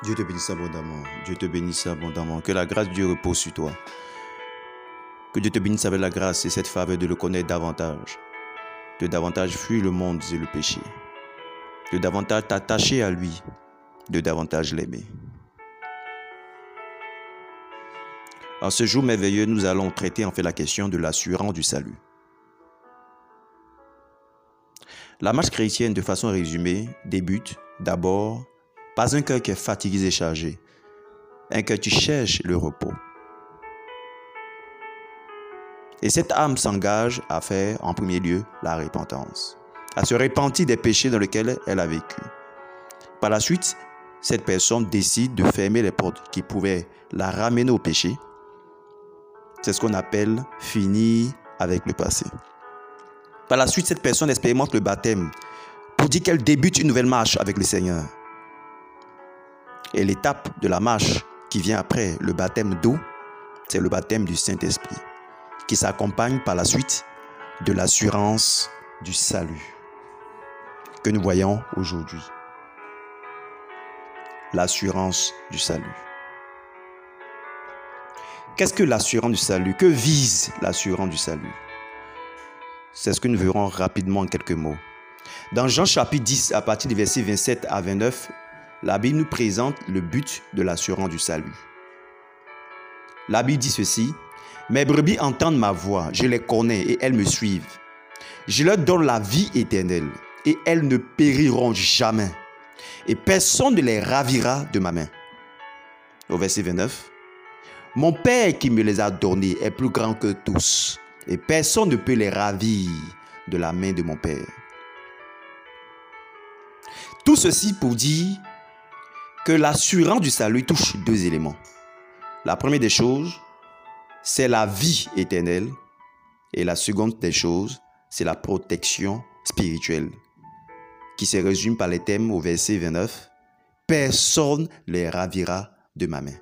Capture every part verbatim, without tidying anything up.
Dieu te bénisse abondamment. Dieu te bénisse abondamment. Que la grâce de Dieu repose sur toi. Que Dieu te bénisse avec la grâce et cette faveur de le connaître davantage. De davantage fuir le monde et le péché. De davantage t'attacher à lui. De davantage l'aimer. En ce jour merveilleux, nous allons traiter en fait la question de l'assurance du salut. La marche chrétienne, de façon résumée, débute d'abord par un cœur qui est fatigué et chargé. Un cœur qui cherche le repos. Et cette âme s'engage à faire, en premier lieu, la repentance. À se repentir des péchés dans lesquels elle a vécu. Par la suite, cette personne décide de fermer les portes qui pouvaient la ramener au péché. C'est ce qu'on appelle finir avec le passé. Par la suite, cette personne expérimente le baptême pour dire qu'elle débute une nouvelle marche avec le Seigneur. Et l'étape de la marche qui vient après le baptême d'eau, c'est le baptême du Saint-Esprit, qui s'accompagne par la suite de l'assurance du salut que nous voyons aujourd'hui. L'assurance du salut. Qu'est-ce que l'assurance du salut? Que vise l'assurance du salut? C'est ce que nous verrons rapidement en quelques mots. Dans Jean chapitre dix, à partir du verset vingt-sept à vingt-neuf, la Bible nous présente le but de l'assurance du salut. La Bible dit ceci: « Mes brebis entendent ma voix, je les connais et elles me suivent. Je leur donne la vie éternelle et elles ne périront jamais. Et personne ne les ravira de ma main. » Au verset vingt-neuf, « Mon Père qui me les a donnés est plus grand que tous. Et personne ne peut les ravir de la main de mon Père. » Tout ceci pour dire que l'assurance du salut touche deux éléments. La première des choses, c'est la vie éternelle. Et la seconde des choses, c'est la protection spirituelle, qui se résume par les thèmes au verset vingt-neuf. « Personne ne les ravira de ma main. »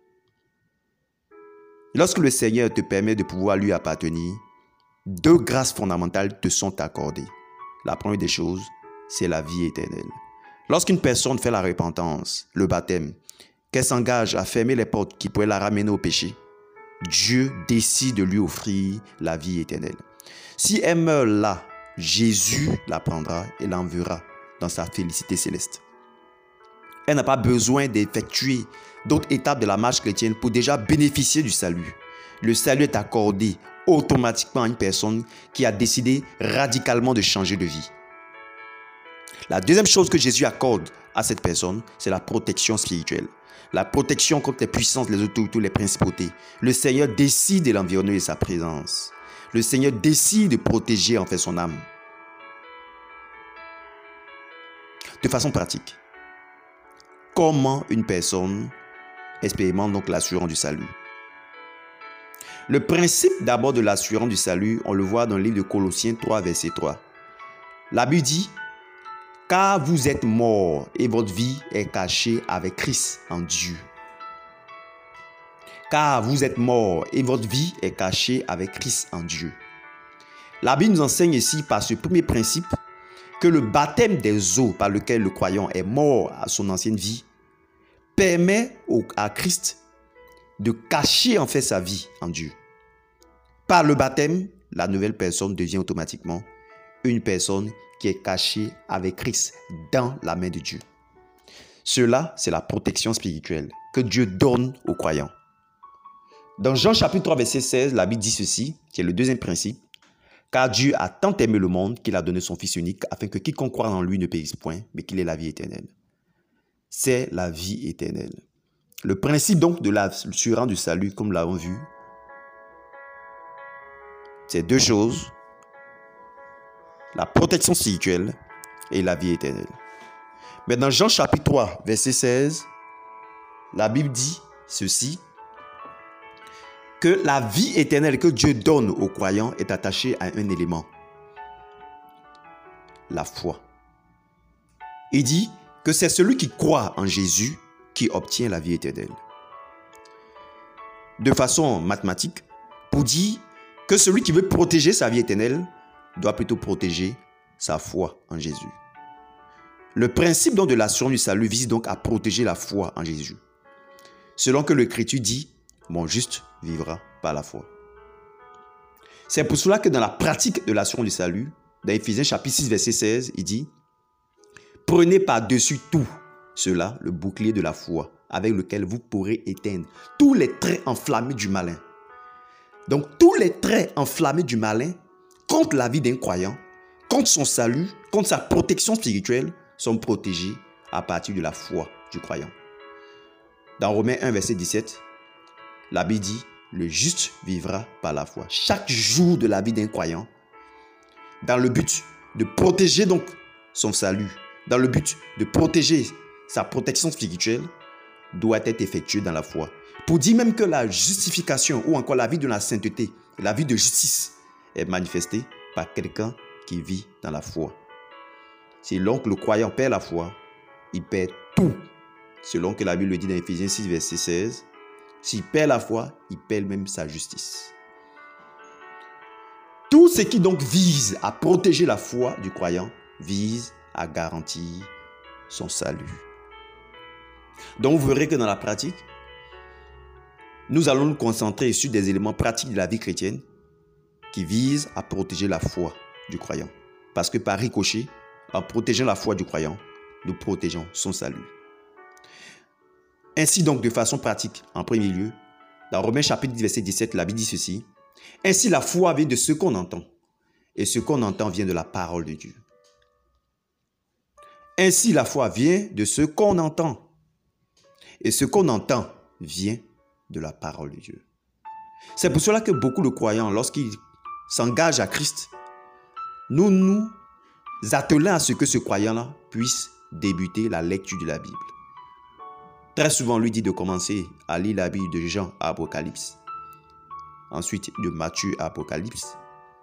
Lorsque le Seigneur te permet de pouvoir lui appartenir, deux grâces fondamentales te sont accordées. La première des choses, c'est la vie éternelle. Lorsqu'une personne fait la repentance, le baptême, qu'elle s'engage à fermer les portes qui pourraient la ramener au péché, Dieu décide de lui offrir la vie éternelle. Si elle meurt là, Jésus la prendra et l'enverra dans sa félicité céleste. Elle n'a pas besoin d'effectuer d'autres étapes de la marche chrétienne pour déjà bénéficier du salut. Le salut est accordé automatiquement à une personne qui a décidé radicalement de changer de vie. La deuxième chose que Jésus accorde à cette personne, c'est la protection spirituelle. La protection contre les puissances, les autorités, les principautés. Le Seigneur décide de l'environner de sa présence. Le Seigneur décide de protéger en fait son âme. De façon pratique, comment une personne expérimente donc l'assurance du salut? Le principe d'abord de l'assurance du salut, on le voit dans le livre de Colossiens trois, verset trois. La Bible dit: « Car vous êtes morts et votre vie est cachée avec Christ en Dieu. » Car vous êtes morts et votre vie est cachée avec Christ en Dieu. La Bible nous enseigne ici par ce premier principe que le baptême des eaux par lequel le croyant est mort à son ancienne vie permet au, à Christ de cacher en fait sa vie en Dieu. Par le baptême, la nouvelle personne devient automatiquement une personne qui est cachée avec Christ dans la main de Dieu. Cela, c'est la protection spirituelle que Dieu donne aux croyants. Dans Jean chapitre trois, verset seize, la Bible dit ceci, qui est le deuxième principe: « Car Dieu a tant aimé le monde qu'il a donné son Fils unique, afin que quiconque croit en lui ne périsse point, mais qu'il ait la vie éternelle. » C'est la vie éternelle. Le principe donc de l'assurance du salut, comme nous l'avons vu, c'est deux choses: la protection spirituelle et la vie éternelle. Mais dans Jean chapitre trois, verset seize, la Bible dit ceci, que la vie éternelle que Dieu donne aux croyants est attachée à un élément: la foi. Il dit que c'est celui qui croit en Jésus qui obtient la vie éternelle. De façon mathématique, pour dire que celui qui veut protéger sa vie éternelle doit plutôt protéger sa foi en Jésus. Le principe donc de l'assurance du salut vise donc à protéger la foi en Jésus. Selon que l'Écriture dit, mon juste vivra par la foi. C'est pour cela que dans la pratique de l'assurance du salut, dans Éphésiens chapitre six, verset seize, il dit, prenez par-dessus tout cela le bouclier de la foi, avec lequel vous pourrez éteindre tous les traits enflammés du malin. Donc tous les traits enflammés du malin contre la vie d'un croyant, contre son salut, contre sa protection spirituelle, sont protégés à partir de la foi du croyant. Dans Romains un, verset dix-sept, la Bible dit, le juste vivra par la foi. Chaque jour de la vie d'un croyant, dans le but de protéger donc son salut, dans le but de protéger sa protection spirituelle, doit être effectué dans la foi. Pour dire même que la justification ou encore la vie de la sainteté, la vie de justice est manifestée par quelqu'un qui vit dans la foi. Selon que le croyant perd la foi, il perd tout. Selon que la Bible le dit dans Éphésiens six, verset seize, s'il perd la foi, il perd même sa justice. Tout ce qui donc vise à protéger la foi du croyant vise à garantir son salut. Donc vous verrez que dans la pratique, nous allons nous concentrer sur des éléments pratiques de la vie chrétienne qui visent à protéger la foi du croyant. Parce que par ricochet, en protégeant la foi du croyant, nous protégeons son salut. Ainsi donc, de façon pratique, en premier lieu, dans Romains chapitre dix, verset dix-sept, la Bible dit ceci. Ainsi la foi vient de ce qu'on entend, et ce qu'on entend vient de la parole de Dieu. Ainsi la foi vient de ce qu'on entend, et ce qu'on entend vient de la parole de Dieu. C'est pour cela que beaucoup de croyants, lorsqu'ils s'engagent à Christ, nous nous attelons à ce que ce croyant-là puisse débuter la lecture de la Bible. Très souvent, on lui dit de commencer à lire la Bible de Jean à Apocalypse, ensuite de Matthieu à Apocalypse,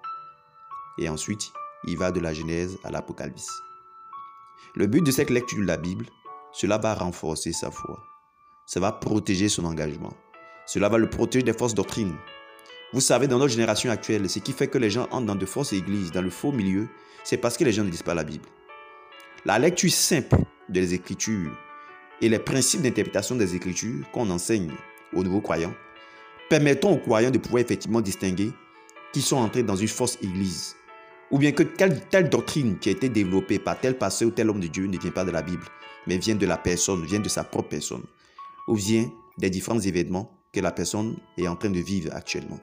et ensuite, il va de la Genèse à l'Apocalypse. Le but de cette lecture de la Bible, cela va renforcer sa foi. Ça va protéger son engagement. Cela va le protéger des fausses doctrines. Vous savez, dans notre génération actuelle, ce qui fait que les gens entrent dans de fausses églises, dans le faux milieu, c'est parce que les gens ne lisent pas la Bible. La lecture simple des Écritures et les principes d'interprétation des Écritures qu'on enseigne aux nouveaux croyants permettent aux croyants de pouvoir effectivement distinguer qu'ils sont entrés dans une fausse église, ou bien que telle, telle doctrine qui a été développée par tel pasteur ou tel homme de Dieu ne vient pas de la Bible, mais vient de la personne, vient de sa propre personne, ou vient des différents événements que la personne est en train de vivre actuellement.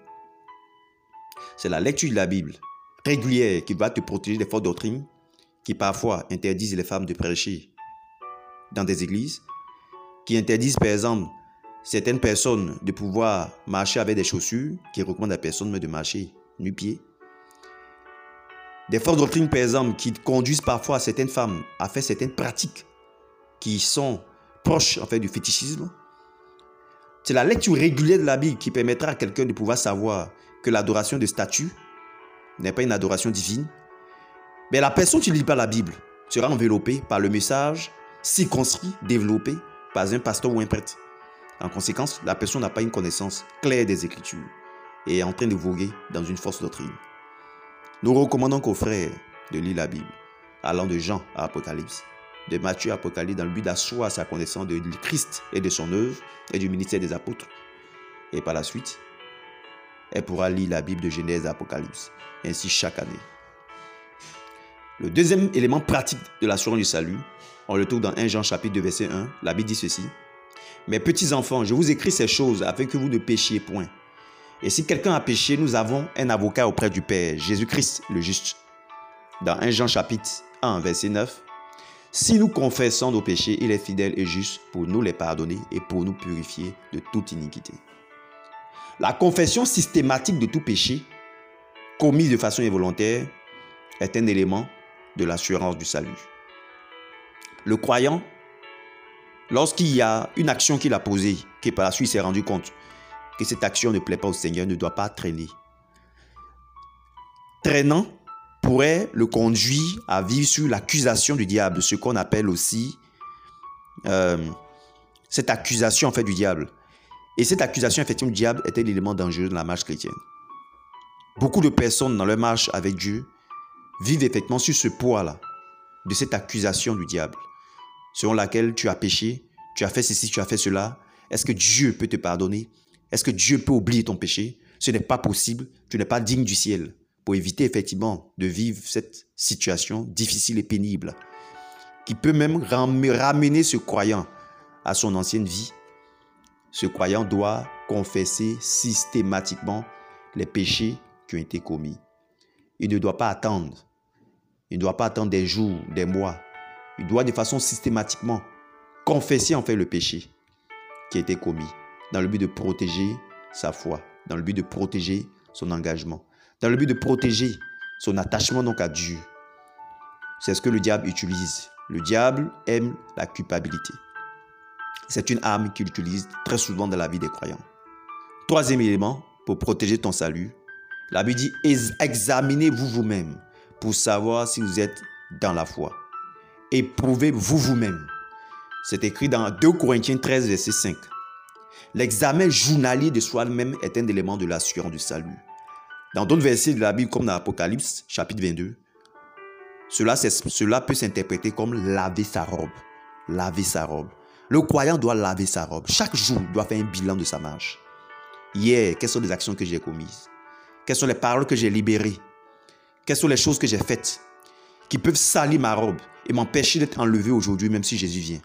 C'est la lecture de la Bible régulière qui va te protéger des fausses doctrines qui parfois interdisent les femmes de prêcher dans des églises, qui interdisent par exemple certaines personnes de pouvoir marcher avec des chaussures, qui recommandent à personne de marcher nu-pieds. Des fausses doctrines par exemple qui conduisent parfois certaines femmes à faire certaines pratiques qui sont proches en fait du fétichisme. C'est la lecture régulière de la Bible qui permettra à quelqu'un de pouvoir savoir que l'adoration de statue n'est pas une adoration divine. Mais la personne qui ne lit pas la Bible sera enveloppée par le message circonscrit, développé par un pasteur ou un prêtre. En conséquence, la personne n'a pas une connaissance claire des Écritures et est en train de voguer dans une fausse doctrine. Nous recommandons qu'aux frères de lire la Bible, allant de Jean à Apocalypse, de Matthieu à Apocalypse, dans le but d'asseoir sa connaissance de Christ et de son œuvre et du ministère des apôtres. Et par la suite, elle pourra lire la Bible de Genèse à Apocalypse, ainsi chaque année. Le deuxième élément pratique de l'assurance du salut, on le trouve dans premier Jean chapitre deux, verset un, la Bible dit ceci. Mes petits enfants, je vous écris ces choses afin que vous ne péchiez point. Et si quelqu'un a péché, nous avons un avocat auprès du Père, Jésus-Christ le juste. Dans premier Jean chapitre un, verset neuf, si nous confessons nos péchés, il est fidèle et juste pour nous les pardonner et pour nous purifier de toute iniquité. La confession systématique de tout péché, commis de façon involontaire, est un élément de l'assurance du salut. Le croyant, lorsqu'il y a une action qu'il a posée, qui par la suite s'est rendu compte que cette action ne plaît pas au Seigneur, ne doit pas traîner. Traînant pourrait le conduire à vivre sur l'accusation du diable, ce qu'on appelle aussi euh, cette accusation en fait du diable. Et cette accusation effectivement du diable était l'élément dangereux dans la marche chrétienne. Beaucoup de personnes dans leur marche avec Dieu vivent effectivement sur ce poids-là. de cette accusation du diable, selon laquelle tu as péché, tu as fait ceci, tu as fait cela. Est-ce que Dieu peut te pardonner? Est-ce que Dieu peut oublier ton péché? Ce n'est pas possible, tu n'es pas digne du ciel. Pour éviter effectivement de vivre cette situation difficile et pénible, qui peut même ramener ce croyant à son ancienne vie, ce croyant doit confesser systématiquement les péchés qui ont été commis. Il ne doit pas attendre. Il ne doit pas attendre des jours, des mois. Il doit de façon systématiquement confesser en fait le péché qui a été commis, dans le but de protéger sa foi, dans le but de protéger son engagement, dans le but de protéger son attachement donc à Dieu. C'est ce que le diable utilise. Le diable aime la culpabilité. C'est une arme qu'il utilise très souvent dans la vie des croyants. Troisième élément, pour protéger ton salut, la Bible dit « Examinez-vous vous-même pour savoir si vous êtes dans la foi. Éprouvez-vous vous-même. » C'est écrit dans deux Corinthiens treize, verset cinq. L'examen journalier de soi-même est un élément de l'assurance du salut. Dans d'autres versets de la Bible, comme dans l'Apocalypse, chapitre vingt-deux, cela, cela peut s'interpréter comme laver sa robe. Laver sa robe. Le croyant doit laver sa robe. Chaque jour, il doit faire un bilan de sa marche. Hier, quelles sont les actions que j'ai commises? Quelles sont les paroles que j'ai libérées? Quelles sont les choses que j'ai faites qui peuvent salir ma robe et m'empêcher d'être enlevé aujourd'hui, même si Jésus vient?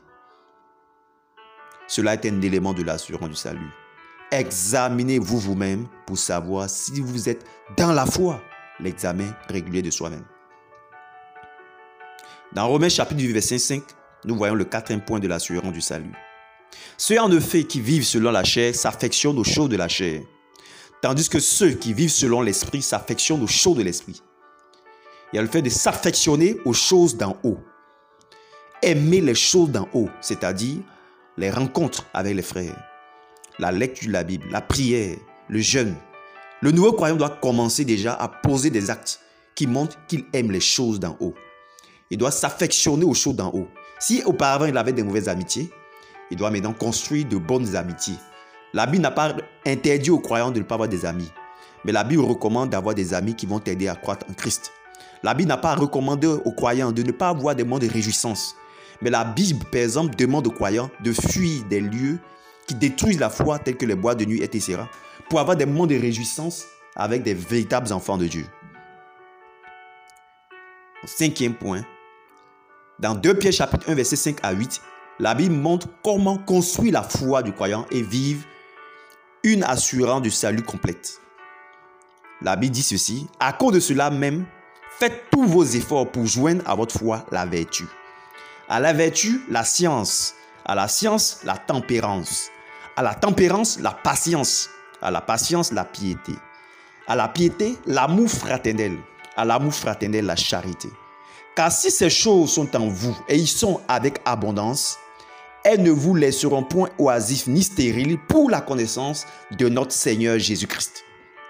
Cela est un élément de l'assurance du salut. Examinez-vous vous-même pour savoir si vous êtes dans la foi. L'examen régulier de soi-même. Dans Romains chapitre huit, verset cinq, nous voyons le quatrième point de l'assurance du salut. Ceux en effet qui vivent selon la chair s'affectionnent aux choses de la chair, tandis que ceux qui vivent selon l'esprit s'affectionnent aux choses de l'esprit. Il y a le fait de s'affectionner aux choses d'en haut. Aimer les choses d'en haut, c'est-à-dire les rencontres avec les frères, la lecture de la Bible, la prière, le jeûne. Le nouveau croyant doit commencer déjà à poser des actes qui montrent qu'il aime les choses d'en haut. Il doit s'affectionner aux choses d'en haut. Si auparavant il avait des mauvaises amitiés, il doit maintenant construire de bonnes amitiés. La Bible n'a pas interdit aux croyants de ne pas avoir des amis. Mais la Bible recommande d'avoir des amis qui vont t'aider à croître en Christ. La Bible n'a pas recommandé aux croyants de ne pas avoir des moments de réjouissance. Mais la Bible, par exemple, demande aux croyants de fuir des lieux qui détruisent la foi, tels que les boîtes de nuit, et cetera, pour avoir des moments de réjouissance avec des véritables enfants de Dieu. Cinquième point. Dans deux Pierre chapitre un, verset cinq à huit, la Bible montre comment construire la foi du croyant et vivre une assurance du salut complète. La Bible dit ceci: à cause de cela même, faites tous vos efforts pour joindre à votre foi la vertu. À la vertu, la science. À la science, la tempérance. À la tempérance, la patience. À la patience, la piété. À la piété, l'amour fraternel. À l'amour fraternel, la charité. Car si ces choses sont en vous et ils sont avec abondance, elles ne vous laisseront point oisifs ni stériles pour la connaissance de notre Seigneur Jésus-Christ.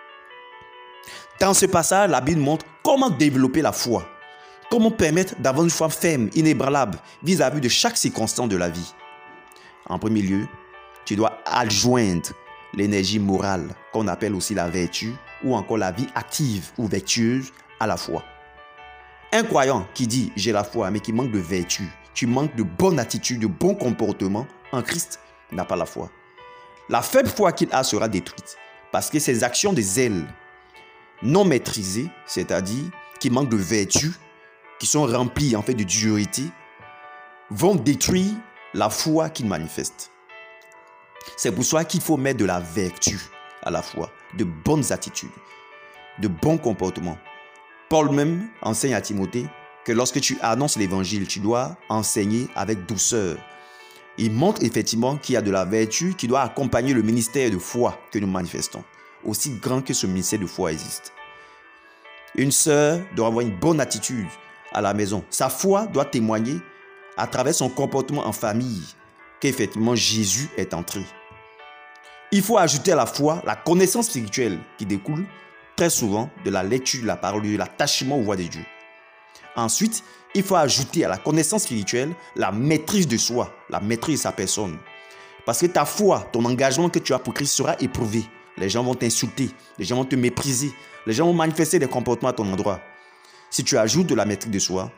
Dans ce passage, la Bible montre comment développer la foi, comment permettre d'avoir une foi ferme, inébranlable, vis-à-vis de chaque circonstance de la vie. En premier lieu, tu dois adjoindre l'énergie morale, qu'on appelle aussi la vertu, ou encore la vie active ou vertueuse, à la foi. Un croyant qui dit « j'ai la foi » mais qui manque de vertu, qui manque de bonne attitude, de bon comportement en Christ, n'a pas la foi. La faible foi qu'il a sera détruite parce que ses actions de zèle non maîtrisées, c'est-à-dire qui manquent de vertu, qui sont remplies en fait de dureté, vont détruire la foi qu'il manifeste. C'est pour cela qu'il faut mettre de la vertu à la foi, de bonnes attitudes, de bons comportements. Paul même enseigne à Timothée que lorsque tu annonces l'évangile, tu dois enseigner avec douceur. Il montre effectivement qu'il y a de la vertu qui doit accompagner le ministère de foi que nous manifestons, aussi grand que ce ministère de foi existe. Une sœur doit avoir une bonne attitude à la maison. Sa foi doit témoigner à travers son comportement en famille qu'effectivement Jésus est entré. Il faut ajouter à la foi la connaissance spirituelle qui découle très souvent de la lecture de la parole, de l'attachement aux voix de Dieu. Ensuite, il faut ajouter à la connaissance spirituelle la maîtrise de soi, la maîtrise de sa personne. Parce que ta foi, ton engagement que tu as pour Christ sera éprouvé. Les gens vont t'insulter, les gens vont te mépriser, les gens vont manifester des comportements à ton endroit. Si tu ajoutes de la maîtrise de soi,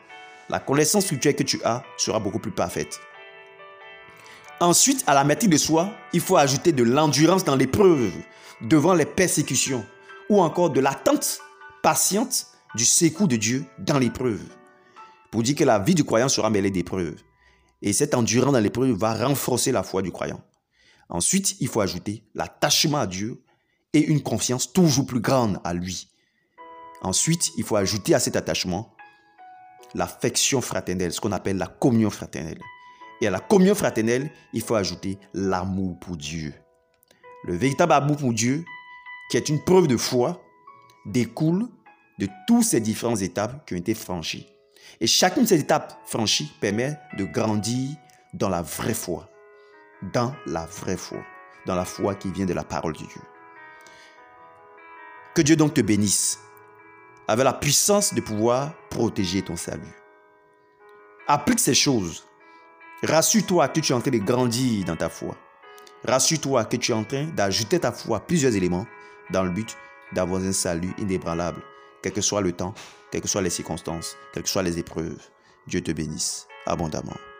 La connaissance spirituelle que tu as sera beaucoup plus parfaite. Ensuite, à la maîtrise de soi, il faut ajouter de l'endurance dans l'épreuve, devant les persécutions, ou encore de l'attente patiente du secours de Dieu dans l'épreuve. Pour dire que la vie du croyant sera mêlée d'épreuves. Et cette endurance dans l'épreuve va renforcer la foi du croyant. Ensuite, il faut ajouter l'attachement à Dieu et une confiance toujours plus grande à lui. Ensuite, il faut ajouter à cet attachement l'affection fraternelle, ce qu'on appelle la communion fraternelle. Et à la communion fraternelle, il faut ajouter l'amour pour Dieu. Le véritable amour pour Dieu, qui est une preuve de foi, découle de toutes ces différentes étapes qui ont été franchies. Et chacune de ces étapes franchies permet de grandir dans la vraie foi. Dans la vraie foi. Dans la foi qui vient de la parole de Dieu. Que Dieu donc te bénisse avec la puissance de pouvoir protéger ton salut. Applique ces choses. Rassure-toi que tu es en train de grandir dans ta foi. Rassure-toi que tu es en train d'ajouter à ta foi plusieurs éléments dans le but d'avoir un salut inébranlable, quel que soit le temps, quelles que soient les circonstances, quelles que soient les épreuves. Dieu te bénisse abondamment.